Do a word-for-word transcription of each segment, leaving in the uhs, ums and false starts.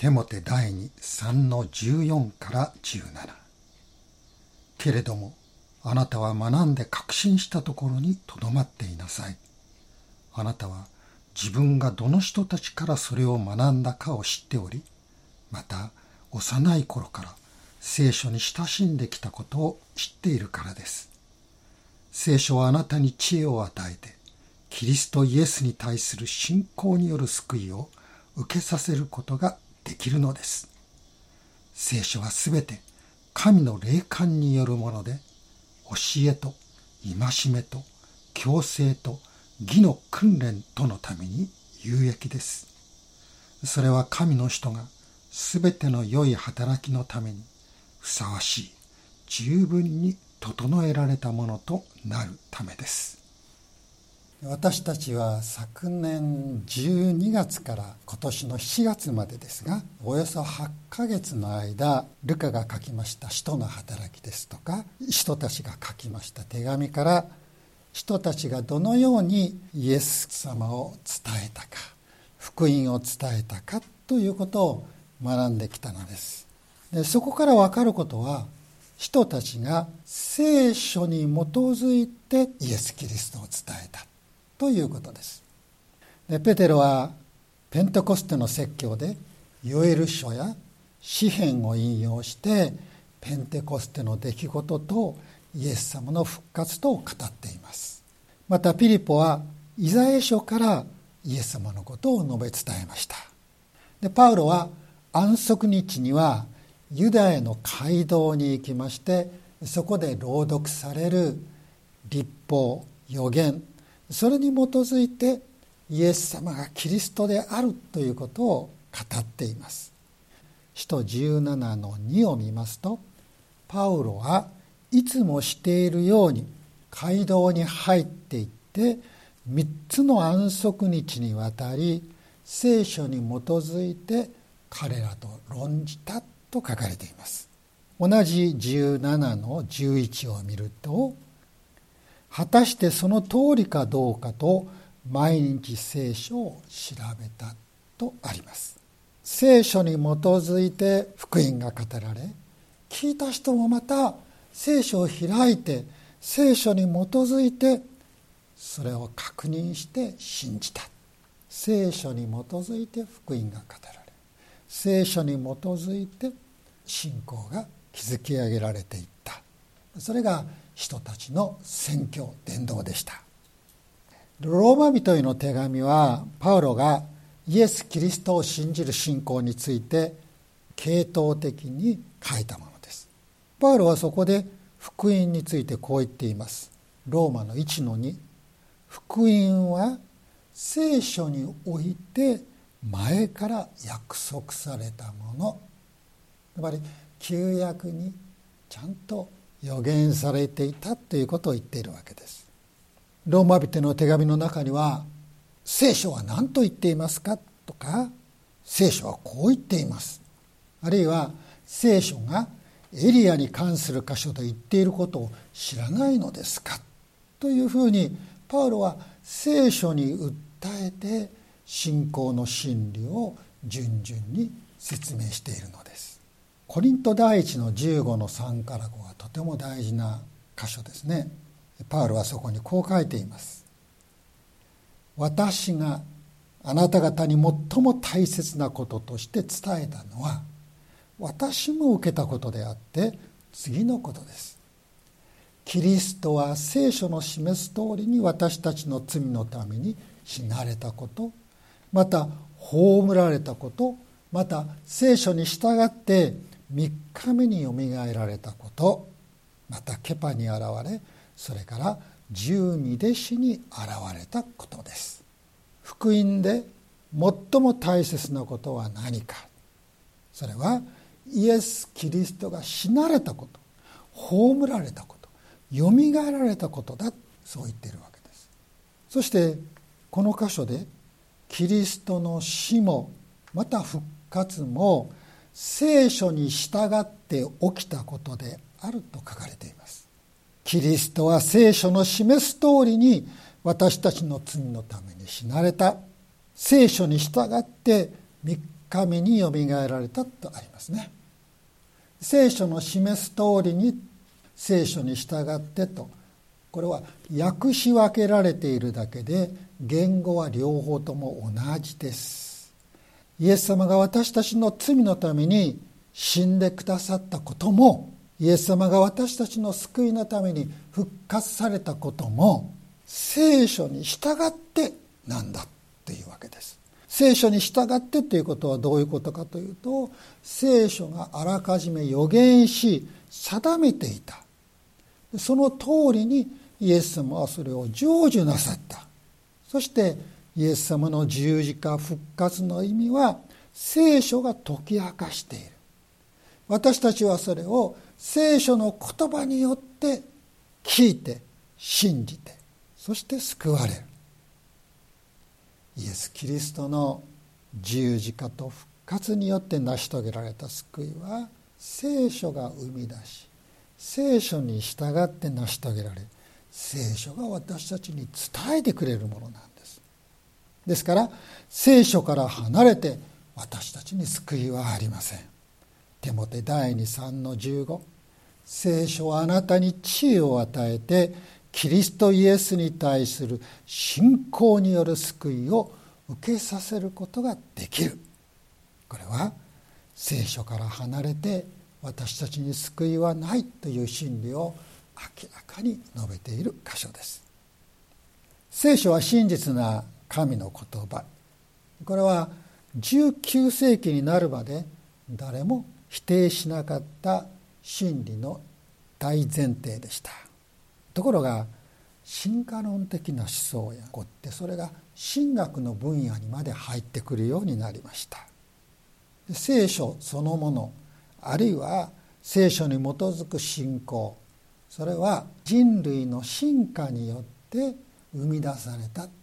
テモテ第二 さんのじゅうよんからじゅうなな。けれどもあなたは学んで確信したところにとどまっていなさい。あなたは自分がどの人たちからそれを学んだかを知っており、また幼い頃から聖書に親しんできたことを知っているからです。聖書はあなたに知恵を与えて、キリストイエスに対する信仰による救いを受けさせることができるのです。聖書はすべて神の霊感によるもので、教えと戒めと矯正と義の訓練とのために有益です。それは神の人がすべての良い働きのためにふさわしい、十分に整えられたものとなるためです。 私たちは昨年じゅうにがつから今年のしちがつまでですが、およそはちかげつの間、ルカが書きました使徒の働きですとか、使徒たちが書きました手紙から、使徒たちがどのようにイエス様を伝えたか、福音を伝えたかということを学んできたのです。で、そこから分かることは、使徒たちが聖書に基づいてイエス・キリストを伝えたということです。で、ペテロはペンテコステの説教でヨエル書や詩編を引用してペンテコステの出来事とイエス様の復活とを語っています。またピリポはイザヤ書からイエス様のことを述べ伝えました。で、パウロは安息日にはユダヤの街道に行きまして、そこで朗読される律法、預言、それに基づいてイエス様がキリストであるということを語っています。使徒じゅうななのにを見ますと、パウロはいつもしているように街道に入っていってみっつの安息日にわたり聖書に基づいて彼らと論じたと書かれています。同じじゅうななのじゅういちを見ると、果たしてその通りかどうかと毎日聖書を調べたとあります。聖書に基づいて福音が語られ、聞いた人もまた聖書を開いて聖書に基づいてそれを確認して信じた。聖書に基づいて福音が語られ、聖書に基づいて信仰が築き上げられていった。それが人たちの宣教伝道でした。ローマ人への手紙はパウロがイエス・キリストを信じる信仰について系統的に書いたものです。パウロはそこで福音についてこう言っています。ローマのいちのに、福音は聖書において前から約束されたもの。つまり旧約にちゃんと予言されていたということを言っているわけです。ローマ人の手紙の中には、聖書は何と言っていますかとか、聖書はこう言っています、あるいは聖書がエリアに関する箇所で言っていることを知らないのですかというふうにパウロは聖書に訴えて信仰の真理を順々に説明しているのです。コリント第一のじゅうごのさんからごはとても大事な箇所ですね。パウロはそこにこう書いています。私があなた方に最も大切なこととして伝えたのは、私も受けたことであって次のことです。キリストは聖書の示す通りに私たちの罪のために死なれたこと、また葬られたこと、また聖書に従ってみっかめによみがえられたこと、またケパに現れ、それから十二弟子に現れたことです。福音で最も大切なことは何か。それはイエス・キリストが死なれたこと、葬られたこと、よみがえられたことだ、そう言っているわけです。そしてこの箇所でキリストの死もまた復活も聖書に従って起きたことであると書かれています。キリストは聖書の示す通りに私たちの罪のために死なれた。聖書に従ってみっ神によみがえられたとありますね。聖書の示す通りに聖書に従ってと、これは訳し分けられているだけで言語は両方とも同じです。イエス様が私たちの罪のために死んでくださったことも、イエス様が私たちの救いのために復活されたことも聖書に従ってなんだというわけです。聖書に従ってということはどういうことかというと、聖書があらかじめ予言し定めていた、その通りにイエス様はそれを成就なさった。そしてイエス様の十字架復活の意味は聖書が解き明かしている。私たちはそれを聖書の言葉によって聞いて信じて、そして救われる。イエス・キリストの十字架と復活によって成し遂げられた救いは聖書が生み出し、聖書に従って成し遂げられ、聖書が私たちに伝えてくれるものなんです。ですから聖書から離れて私たちに救いはありません。テモテ第二さんのじゅうご、聖書はあなたに知恵を与えてキリストイエスに対する信仰による救いを受けさせることができる。これは聖書から離れて私たちに救いはないという真理を明らかに述べている箇所です。聖書は真実な神の言葉。これはじゅうきゅうせいきになるまで誰も否定しなかった真理の大前提でした。ところが進化論的な思想が起こって、それが神学の分野にまで入ってくるようになりました。聖書そのもの、あるいは聖書に基づく信仰、それは人類の進化によって生み出されたって、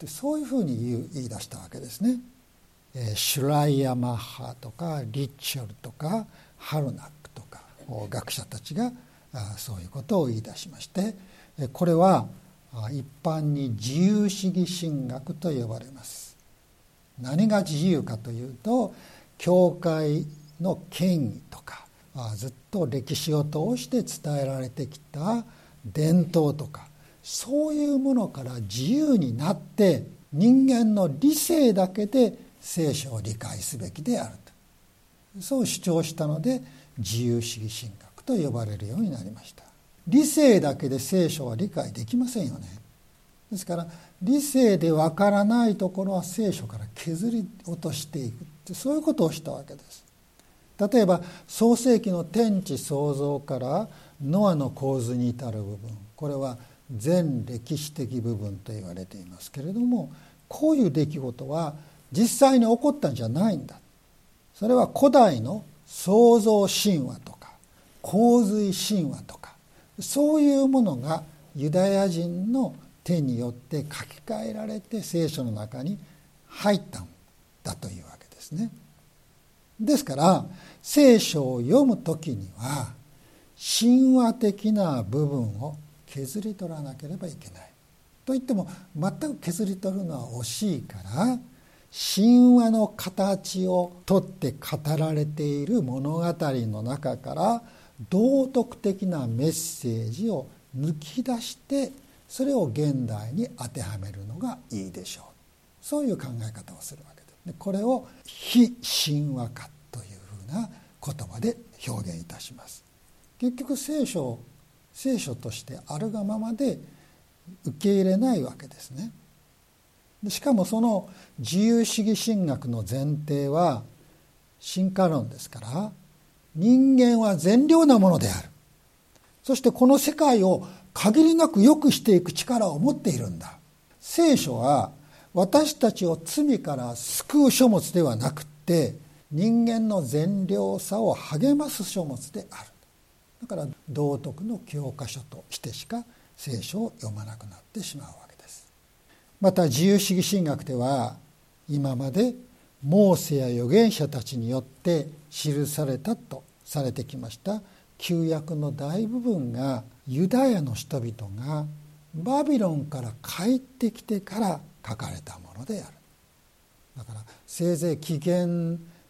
そういうふうに言う言い出したわけですね。シュライヤ・マッハとかリッチョルとかハルナックとか学者たちがそういうことを言い出しまして、これは一般に自由主義神学と呼ばれます。何が自由かというと、教会の権威とかずっと歴史を通して伝えられてきた伝統とか、そういうものから自由になって人間の理性だけで聖書を理解すべきであると、そう主張したので自由主義神学と呼ばれるようになりました。理性だけで聖書は理解できませんよね。ですから理性でわからないところは聖書から削り落としていくって、そういうことをしたわけです。例えば創世記の天地創造からノアの構図に至る部分、これは全歴史的部分と言われていますけれども、こういう出来事は実際に起こったんじゃないんだ。それは古代の創造神話とか洪水神話とか、そういうものがユダヤ人の手によって書き換えられて聖書の中に入ったんだというわけですね。ですから聖書を読むときには神話的な部分を削り取らなければいけない。といっても全く削り取るのは惜しいから、神話の形をとって語られている物語の中から道徳的なメッセージを抜き出して、それを現代に当てはめるのがいいでしょう。そういう考え方をするわけです。でこれを非神話化というふうな言葉で表現いたします。結局聖書を聖書としてあるがままで受け入れないわけですね。しかもその自由主義神学の前提は進化論ですから、人間は善良なものである、そしてこの世界を限りなく良くしていく力を持っているんだ。聖書は私たちを罪から救う書物ではなくて、人間の善良さを励ます書物である。だから道徳の教科書としてしか聖書を読まなくなってしまうわけです。また自由主義神学では、今までモーセや預言者たちによって記されたとされてきました旧約の大部分がユダヤの人々がバビロンから帰ってきてから書かれたものである。だからせいぜい紀元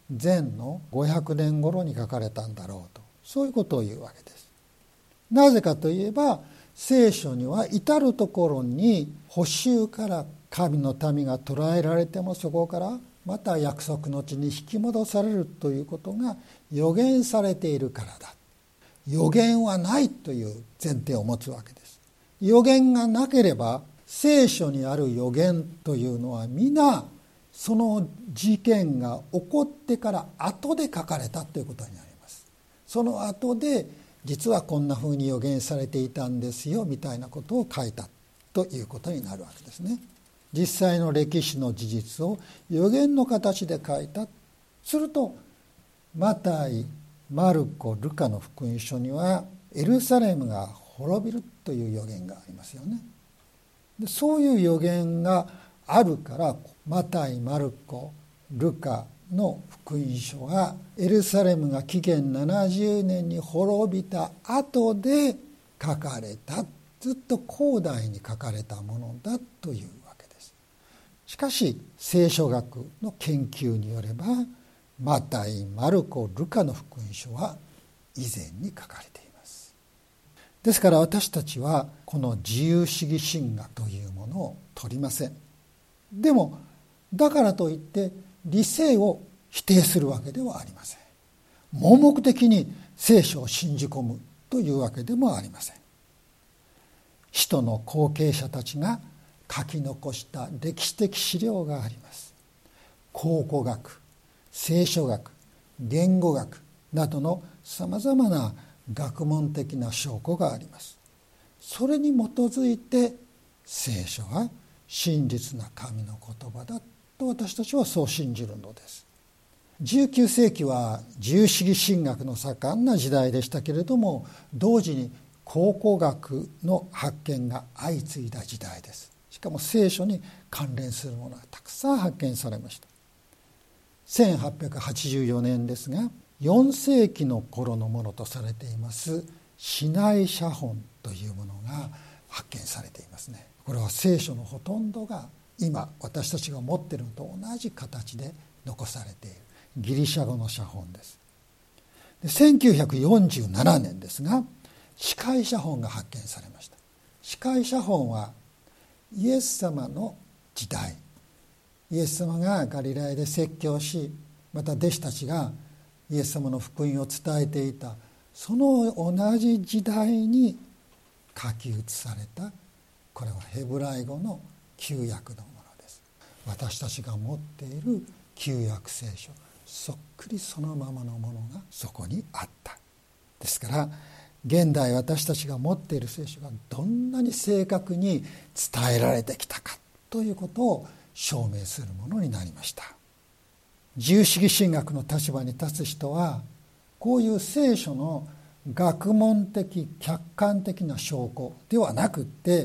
前のごひゃくねん頃に書かれたんだろうと、そういうことを言うわけです。なぜかといえば、聖書には至るところに捕囚から神の民が捕らえられてもそこからまた約束の地に引き戻されるということが予言されているからだ。予言はないという前提を持つわけです。予言がなければ聖書にある予言というのは皆その事件が起こってから後で書かれたということになります。その後で実はこんなふうに予言されていたんですよみたいなことを書いたということになるわけですね。実際の歴史の事実を予言の形で書いた。するとマタイ、マルコ、ルカの福音書にはエルサレムが滅びるという予言がありますよね。でそういう予言があるからマタイ、マルコ、ルカの福音書はエルサレムが紀元ななじゅうねんに滅びた後で書かれた、ずっと後代に書かれたものだというわけです。しかし聖書学の研究によればマタイ、マルコ、ルカの福音書は以前に書かれています。ですから私たちはこの自由主義神学というものを取りません。でもだからといって理性を否定するわけではありません。盲目的に聖書を信じ込むというわけでもありません。使徒の後継者たちが書き残した歴史的資料があります。考古学、聖書学、言語学などのさまざまな学問的な証拠があります。それに基づいて聖書は真実な神の言葉だと私たちはそう信じるのです。じゅうきゅうせいきは自由主義神学の盛んな時代でしたけれども、同時に考古学の発見が相次いだ時代です。しかも聖書に関連するものがたくさん発見されました。せんはっぴゃくはちじゅうよねんですが、よんせいきの頃のものとされていますシナイ写本というものが発見されていますね。これは聖書のほとんどが今私たちが持っているのと同じ形で残されているギリシャ語の写本です。でせんきゅうひゃくよんじゅうななねんですが、司会写本が発見されました。司会写本はイエス様の時代、イエス様がガリラヤで説教し、また弟子たちがイエス様の福音を伝えていた、その同じ時代に書き写された、これはヘブライ語の旧約のものです。私たちが持っている旧約聖書、そっくりそのままのものがそこにあった。ですから現代私たちが持っている聖書がどんなに正確に伝えられてきたかということを証明するものになりました。自由主義神学の立場に立つ人は、こういう聖書の学問的客観的な証拠ではなくって、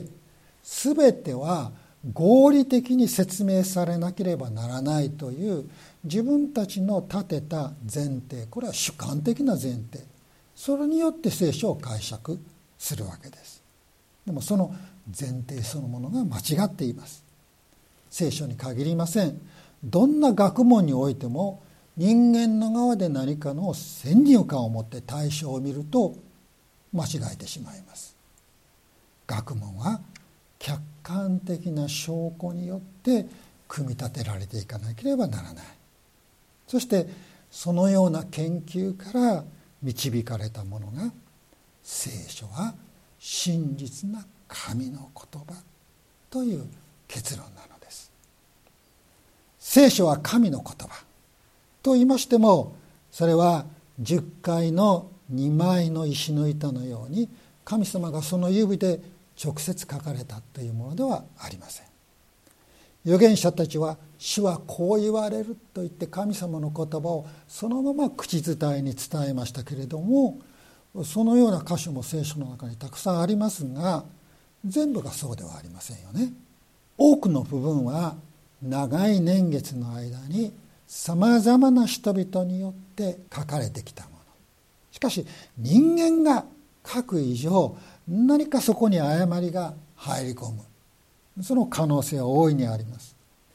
全ては合理的に説明されなければならないという自分たちの立てた前提、これは主観的な前提、それによって聖書を解釈するわけです。でもその前提そのものが間違っています。聖書に限りません。どんな学問においても人間の側で何かの先入観を持って対象を見ると間違えてしまいます。学問は客観的な証拠によって組み立てられていかなければならない。そしてそのような研究から導かれたものが、聖書は真実な神の言葉という結論なのです。聖書は神の言葉と言いましても、それはじゅっかいのにまいの石の板のように神様がその指で直接書かれたというものではありません。預言者たちは主はこう言われると言って神様の言葉をそのまま口伝えに伝えましたけれども、そのような箇所も聖書の中にたくさんありますが、全部がそうではありませんよね。多くの部分は長い年月の間にさまざまな人々によって書かれてきたもの。しかし人間が書く以上、何かそこに誤りが入り込む、その可能性は大いにあります。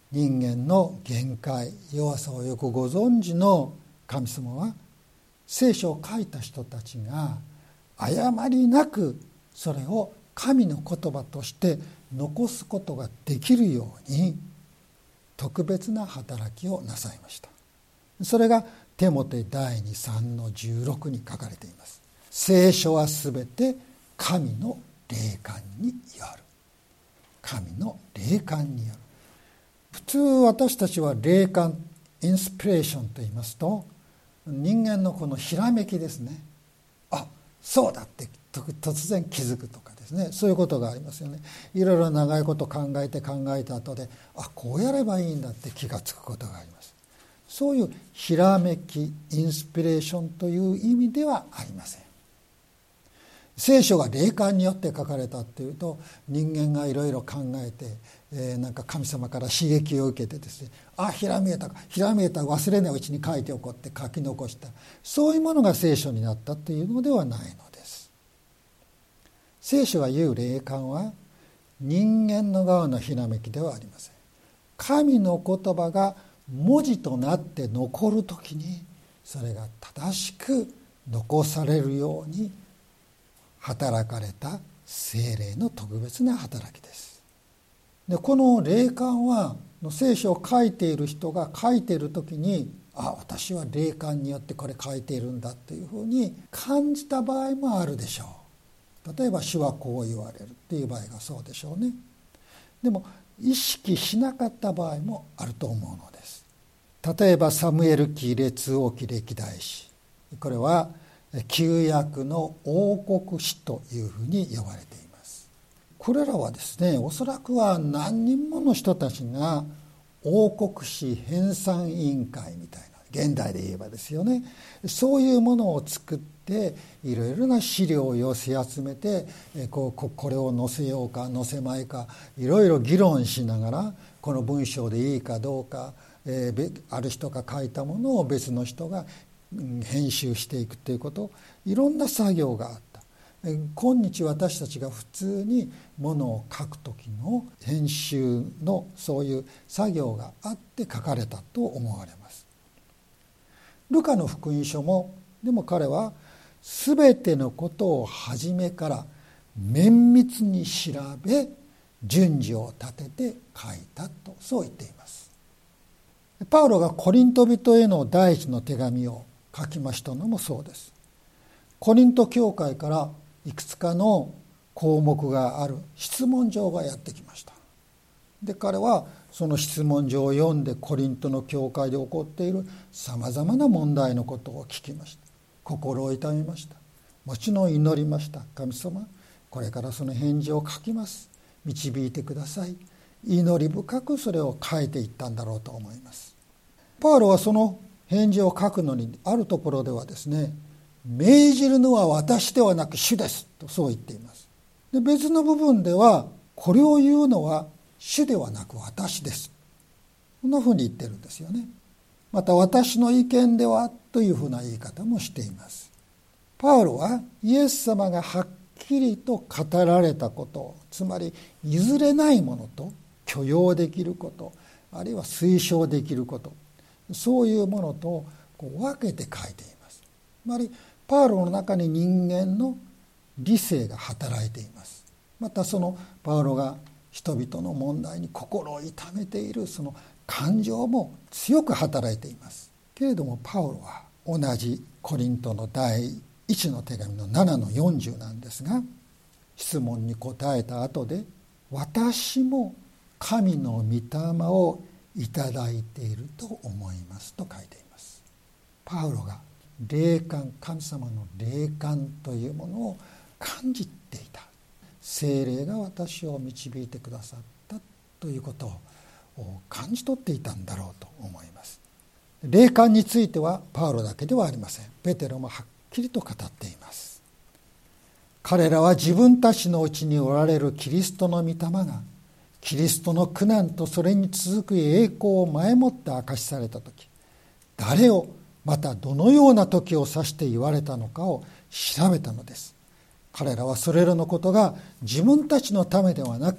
人間の限界、弱さをよくご存知の神様は、聖書を書いた人たちが誤りなくそれを神の言葉として残すことができるように特別な働きをなさいました。それがテモテだいにさんのじゅうろくに書かれています。聖書はすべて神の霊感による。神の霊感による。普通私たちは霊感、インスピレーションと言いますと、人間のこのひらめきですね。あ、そうだって突然気づくとかですね、そういうことがありますよね。いろいろ長いこと考えて考えた後で、あ、こうやればいいんだって気がつくことがあります。そういうひらめき、インスピレーションという意味ではありません。聖書が霊感によって書かれたっていうと、人間がいろいろ考えて、えー、なんか神様から刺激を受けてですね、あ、ひらめいたか、ひらめいた忘れないうちに書いておこうって書き残した、そういうものが聖書になったというのではないのです。聖書が言う霊感は人間の側のひらめきではありません。神の言葉が文字となって残るときに、それが正しく残されるように働かれた聖霊の特別な働きです。で、この霊感は聖書を書いている人が書いているときに、あ、私は霊感によってこれ書いているんだというふうに感じた場合もあるでしょう。例えば主はこう言われるっていう場合がそうでしょうね。でも意識しなかった場合もあると思うのです。例えばサムエル記列王記歴代史、これは旧約の王国史というふうに呼ばれています。これらはですね、おそらくは何人もの人たちが王国史編纂委員会みたいな、現代で言えばですよね、そういうものを作っていろいろな資料を寄せ集めて、こうこれを載せようか載せまいかいろいろ議論しながら、この文章でいいかどうか、えー、ある人が書いたものを別の人が編集していくということ、いろんな作業があった。今日私たちが普通にものを書く時の編集のそういう作業があって書かれたと思われます。ルカの福音書も、でも彼はすべてのことを初めから綿密に調べ、順序を立てて書いたと、そう言っています。パウロがコリント人への第一の手紙を書きましたのもそうです。コリント教会からいくつかの項目がある質問状がやってきました。で、彼はその質問状を読んで、コリントの教会で起こっているさまざまな問題のことを聞きました。心を痛みました。もちろん祈りました。神様、これからその返事を書きます。導いてください。祈り深くそれを書いていったんだろうと思います。パウロはその返事を書くのに、あるところではですね、命じるのは私ではなく主ですと、そう言っています。で、別の部分では、これを言うのは主ではなく私です、こんなふうに言ってるんですよね。また、私の意見ではというふうな言い方もしています。パウロはイエス様がはっきりと語られたこと、つまり譲れないものと許容できること、あるいは推奨できること、そういうものとこう分けて書いています。つまりパウロの中に人間の理性が働いています。またそのパウロが人々の問題に心を痛めているその感情も強く働いています。けれどもパウロは同じコリントの第一の手紙のななのよんじゅうなんですが、質問に答えた後で、私も神の御霊をいただいていると思いますと書いています。パウロが霊感、神様の霊感というものを感じていた。聖霊が私を導いてくださったということを感じ取っていたんだろうと思います。霊感についてはパウロだけではありません。ペテロもはっきりと語っています。彼らは自分たちのうちにおられるキリストの御霊がキリストの苦難とそれに続く栄光を前もって明かしされたとき、誰をまたどのような時を指して言われたのかを調べたのです。彼らはそれらのことが自分たちのためではなく、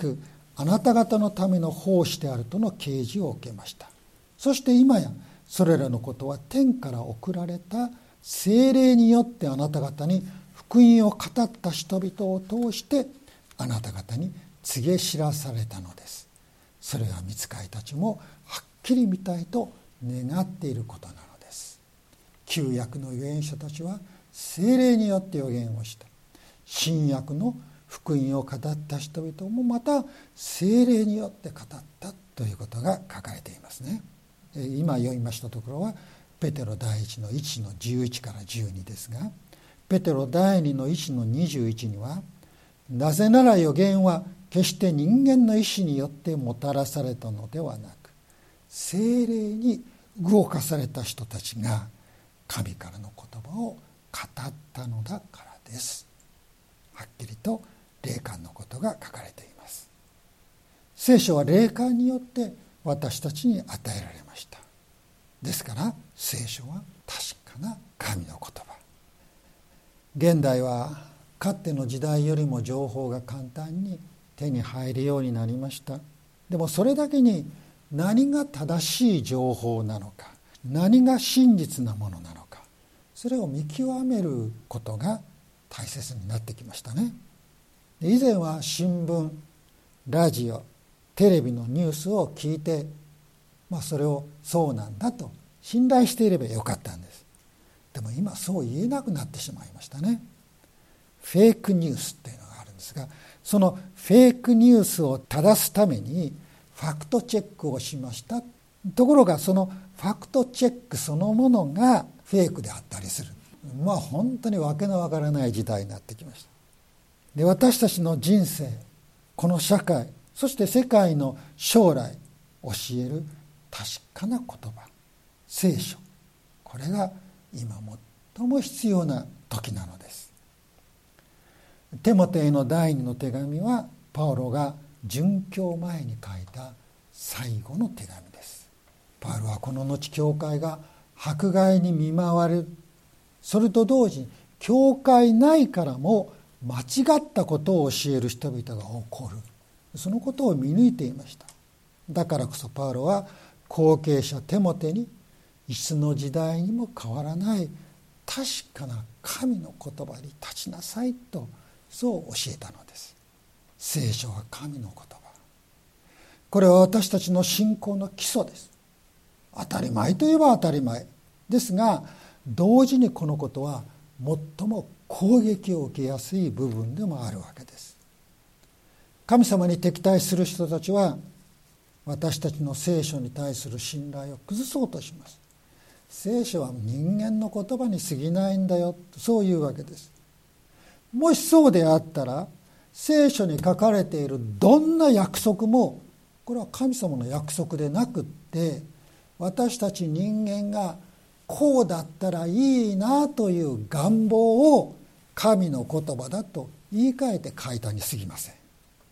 あなた方のための奉仕であるとの啓示を受けました。そして今やそれらのことは天から送られた聖霊によってあなた方に福音を語った人々を通してあなた方に告げ知らされたのです。それは御使いたちもはっきり見たいと願っていることなのです。旧約の預言者たちは聖霊によって預言をした。新約の福音を語った人々もまた聖霊によって語ったということが書かれていますね。今読みましたところはペテロ第一のいちのじゅういちからじゅうにですが、ペテロ第二のいちのにじゅういちには、なぜなら預言は決して人間の意志によってもたらされたのではなく、聖霊に動かされた人たちが神からの言葉を語ったのだからです。はっきりと霊感のことが書かれています。聖書は霊感によって私たちに与えられました。ですから聖書は確かな神の言葉。現代はかつての時代よりも情報が簡単に手に入るようになりました。でもそれだけに何が正しい情報なのか、何が真実なものなのか、それを見極めることが大切になってきましたね。以前は新聞、ラジオ、テレビのニュースを聞いて、まあ、それをそうなんだと信頼していればよかったんです。でも今そう言えなくなってしまいましたね。フェイクニュースっていうのがあるんですが、そのフェイクニュースを正すためにファクトチェックをしました。ところがそのファクトチェックそのものがフェイクであったりする。まあ本当にわけのわからない時代になってきました。で、私たちの人生、この社会、そして世界の将来教える確かな言葉、聖書、これが今最も必要な時なのです。テモテへの第二の手紙はパウロが殉教前に書いた最後の手紙です。パウロはこの後教会が迫害に見舞われる、それと同時に教会内からも間違ったことを教える人々が起こる、そのことを見抜いていました。だからこそパウロは後継者テモテにいつの時代にも変わらない確かな神の言葉に立ちなさいとそう教えたのです。聖書は神の言葉、これは私たちの信仰の基礎です。当たり前といえば当たり前ですが、同時にこのことは最も攻撃を受けやすい部分でもあるわけです。神様に敵対する人たちは私たちの聖書に対する信頼を崩そうとします。聖書は人間の言葉に過ぎないんだよ、そういうわけです。もしそうであったら、聖書に書かれているどんな約束もこれは神様の約束でなくって、私たち人間がこうだったらいいなという願望を神の言葉だと言い換えて書いたに過ぎません。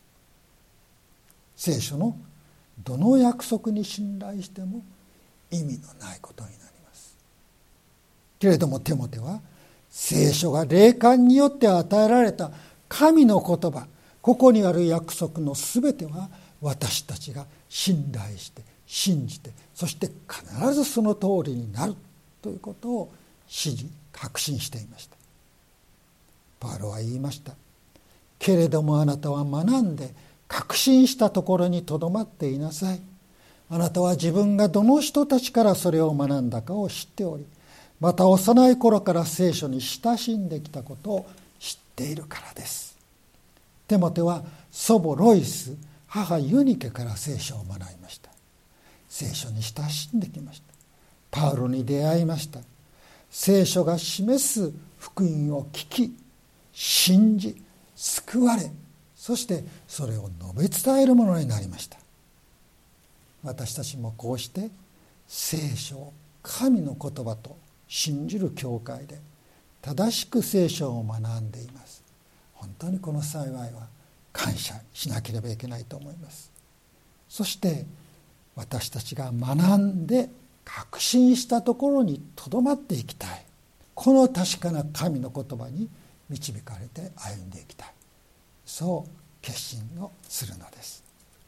聖書のどの約束に信頼しても意味のないことになります。けれどもテモテは聖書が霊感によって与えられた神の言葉、ここにある約束のすべては私たちが信頼して信じて、そして必ずその通りになるということを信じ確信していました。パウロは言いました。けれどもあなたは学んで確信したところにとどまっていなさい。あなたは自分がどの人たちからそれを学んだかを知っており、また幼い頃から聖書に親しんできたことを知っているからです。テモテは祖母ロイス、母ユニケから聖書を学びました。聖書に親しんできました。パウロに出会いました。聖書が示す福音を聞き、信じ、救われ、そしてそれを述べ伝えるものになりました。私たちもこうして聖書を神の言葉と信じる教会で正しく聖書を学んでいます。本当にこの幸いは感謝しなければいけないと思います。そして私たちが学んで確信したところにとどまっていきたい。この確かな神の言葉に導かれて歩んでいきたい。そう決心をするのです。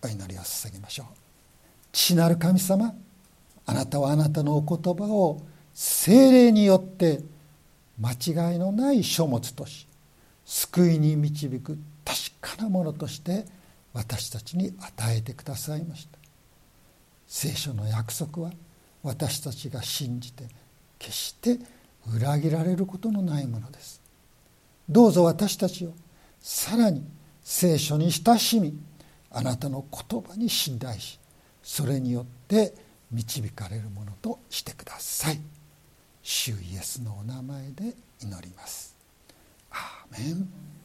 お祈りを捧げましょう。父なる神様、あなたはあなたのお言葉を聖霊によって間違いのない書物とし、救いに導く確かなものとして私たちに与えてくださいました。聖書の約束は私たちが信じて決して裏切られることのないものです。どうぞ私たちをさらに聖書に親しみ、あなたの言葉に信頼し、それによって導かれるものとしてください。主イエスのお名前で祈ります。アーメン。